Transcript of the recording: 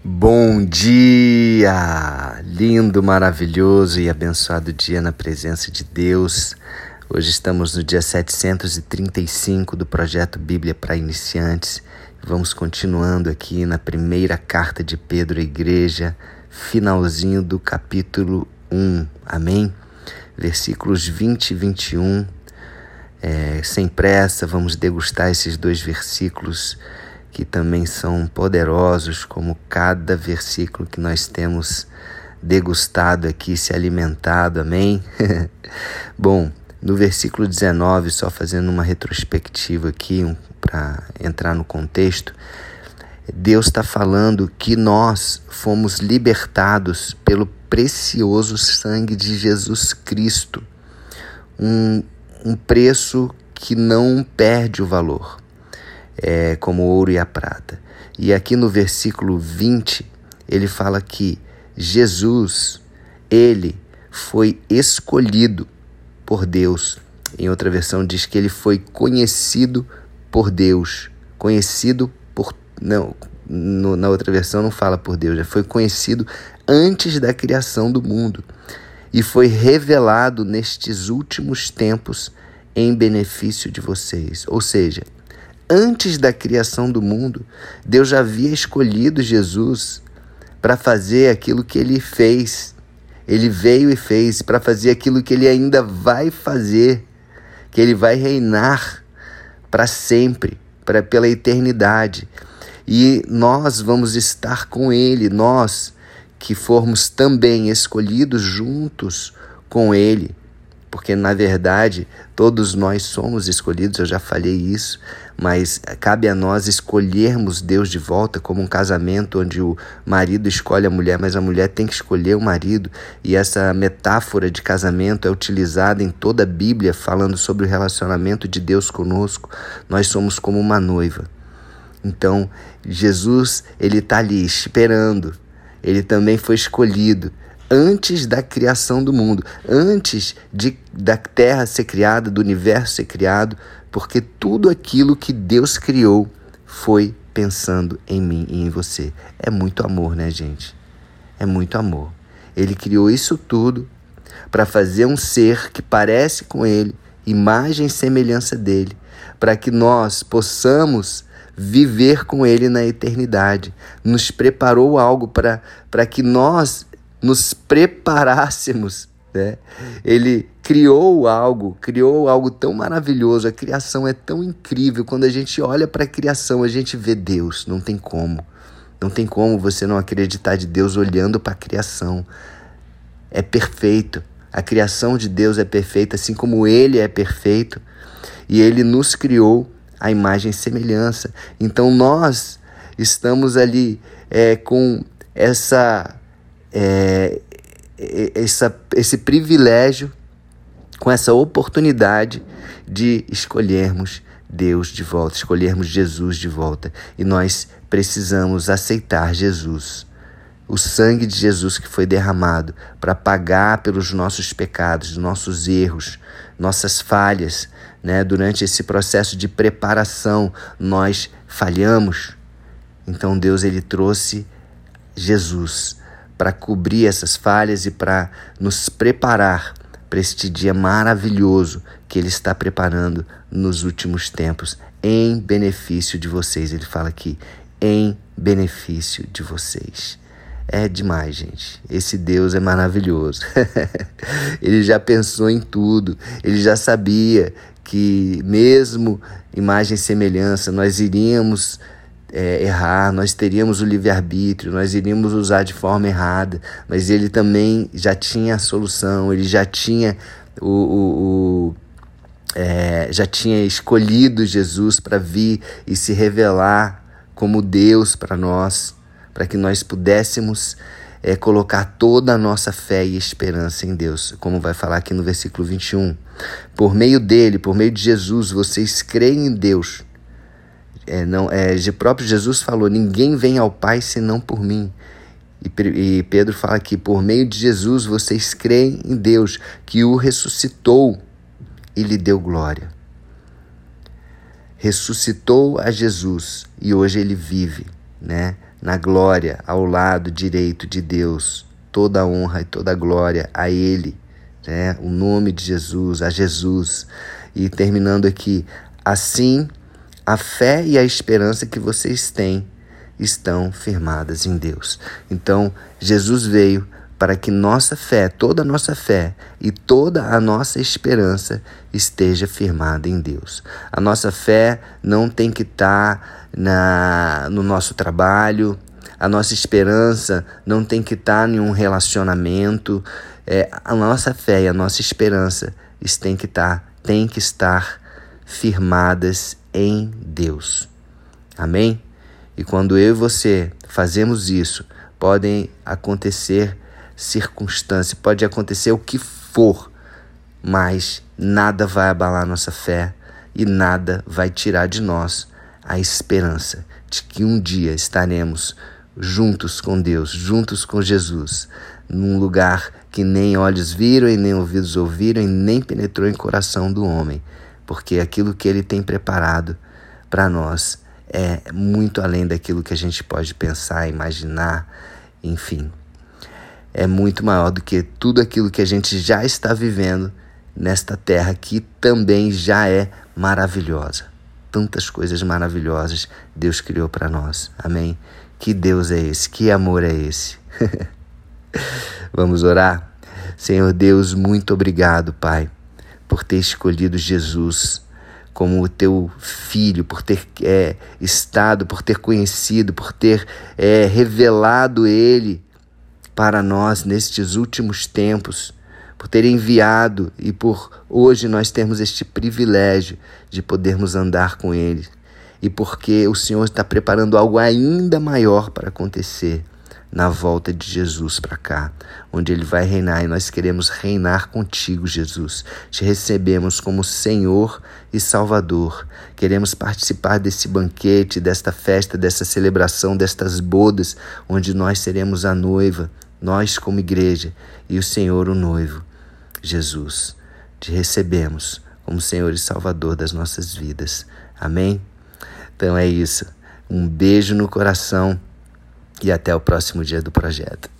Bom dia! Lindo, maravilhoso e abençoado dia na presença de Deus. Hoje estamos no dia 735 do projeto Bíblia para Iniciantes. Vamos continuando aqui na primeira carta de Pedro à igreja, finalzinho do capítulo 1. Amém? Versículos 20 e 21. Sem pressa, vamos degustar esses dois versículos que também são poderosos, como cada versículo que nós temos degustado aqui, se alimentado, amém? Bom, no versículo 19, só fazendo uma retrospectiva aqui, para entrar no contexto, Deus está falando que nós fomos libertados pelo precioso sangue de Jesus Cristo, um preço que não perde o valor. Como o ouro e a prata. E aqui no versículo 20, ele fala que Jesus, ele foi escolhido por Deus. Em outra versão diz que ele foi conhecido por Deus. Na outra versão não fala por Deus, já foi conhecido antes da criação do mundo. E foi revelado nestes últimos tempos em benefício de vocês. Ou seja, antes da criação do mundo, Deus já havia escolhido Jesus para fazer aquilo que ele fez. Ele veio e fez para fazer aquilo que ele ainda vai fazer, que ele vai reinar para sempre, pela eternidade. E nós vamos estar com ele, nós que formos também escolhidos juntos com ele. Porque, na verdade, todos nós somos escolhidos, eu já falei isso, mas cabe a nós escolhermos Deus de volta, como um casamento onde o marido escolhe a mulher, mas a mulher tem que escolher o marido. E essa metáfora de casamento é utilizada em toda a Bíblia, falando sobre o relacionamento de Deus conosco. Nós somos como uma noiva. Então, Jesus, ele está ali esperando. Ele também foi escolhido antes da criação do mundo, antes da terra ser criada, do universo ser criado, porque tudo aquilo que Deus criou foi pensando em mim e em você. É muito amor, né, gente? É muito amor. Ele criou isso tudo para fazer um ser que parece com ele, imagem e semelhança dele, para que nós possamos viver com ele na eternidade. Nos preparou algo para que nós nos preparássemos, né? Ele criou algo tão maravilhoso. A criação é tão incrível. Quando a gente olha para a criação, a gente vê Deus. Não tem como você não acreditar de Deus olhando para a criação. É perfeito. A criação de Deus é perfeita, assim como ele é perfeito. E ele nos criou à imagem e semelhança. Então nós estamos ali com esse privilégio, com essa oportunidade de escolhermos Deus de volta, escolhermos Jesus de volta. E nós precisamos aceitar Jesus, o sangue de Jesus que foi derramado para pagar pelos nossos pecados, nossos erros, nossas falhas, né? Durante esse processo de preparação, nós falhamos. Então Deus, ele trouxe Jesus para cobrir essas falhas e para nos preparar para este dia maravilhoso que ele está preparando nos últimos tempos, em benefício de vocês. Ele fala aqui, em benefício de vocês. É demais, gente. Esse Deus é maravilhoso. Ele já pensou em tudo. Ele já sabia que mesmo imagem e semelhança, nós iríamos errar, nós teríamos o livre-arbítrio, nós iríamos usar de forma errada, mas ele também já tinha a solução, ele já tinha já tinha escolhido Jesus para vir e se revelar como Deus para nós, para que nós pudéssemos colocar toda a nossa fé e esperança em Deus, como vai falar aqui no versículo 21. Por meio dele, por meio de Jesus, vocês creem em Deus. O próprio Jesus falou, ninguém vem ao Pai senão por mim. E Pedro fala aqui, por meio de Jesus vocês creem em Deus, que o ressuscitou e lhe deu glória. Ressuscitou a Jesus e hoje ele vive né, na glória, ao lado direito de Deus. Toda a honra e toda a glória a Ele, né, o nome de Jesus, a Jesus. E terminando aqui, assim, a fé e a esperança que vocês têm estão firmadas em Deus. Então, Jesus veio para que nossa fé, toda a nossa fé e toda a nossa esperança esteja firmada em Deus. A nossa fé não tem que estar no nosso trabalho, a nossa esperança não tem que estar em um relacionamento. A nossa fé e a nossa esperança tem que estar firmadas em Deus. Amém? E quando eu e você fazemos isso, podem acontecer circunstâncias, pode acontecer o que for, mas nada vai abalar nossa fé e nada vai tirar de nós a esperança de que um dia estaremos juntos com Deus, juntos com Jesus, num lugar que nem olhos viram e nem ouvidos ouviram e nem penetrou em coração do homem, porque aquilo que Ele tem preparado para nós é muito além daquilo que a gente pode pensar, imaginar, enfim. É muito maior do que tudo aquilo que a gente já está vivendo nesta terra, que também já é maravilhosa. Tantas coisas maravilhosas Deus criou para nós. Amém? Que Deus é esse? Que amor é esse? Vamos orar? Senhor Deus, muito obrigado, Pai, por ter escolhido Jesus como o teu filho, por ter estado, por ter conhecido, por ter revelado Ele para nós nestes últimos tempos, por ter enviado e por hoje nós termos este privilégio de podermos andar com Ele. E porque o Senhor está preparando algo ainda maior para acontecer na volta de Jesus para cá, onde Ele vai reinar, e nós queremos reinar contigo, Jesus. Te recebemos como Senhor e Salvador. Queremos participar desse banquete, desta festa, dessa celebração, destas bodas, onde nós seremos a noiva, nós como igreja, e o Senhor o noivo. Jesus, te recebemos como Senhor e Salvador das nossas vidas. Amém? Então é isso. Um beijo no coração e até o próximo dia do projeto.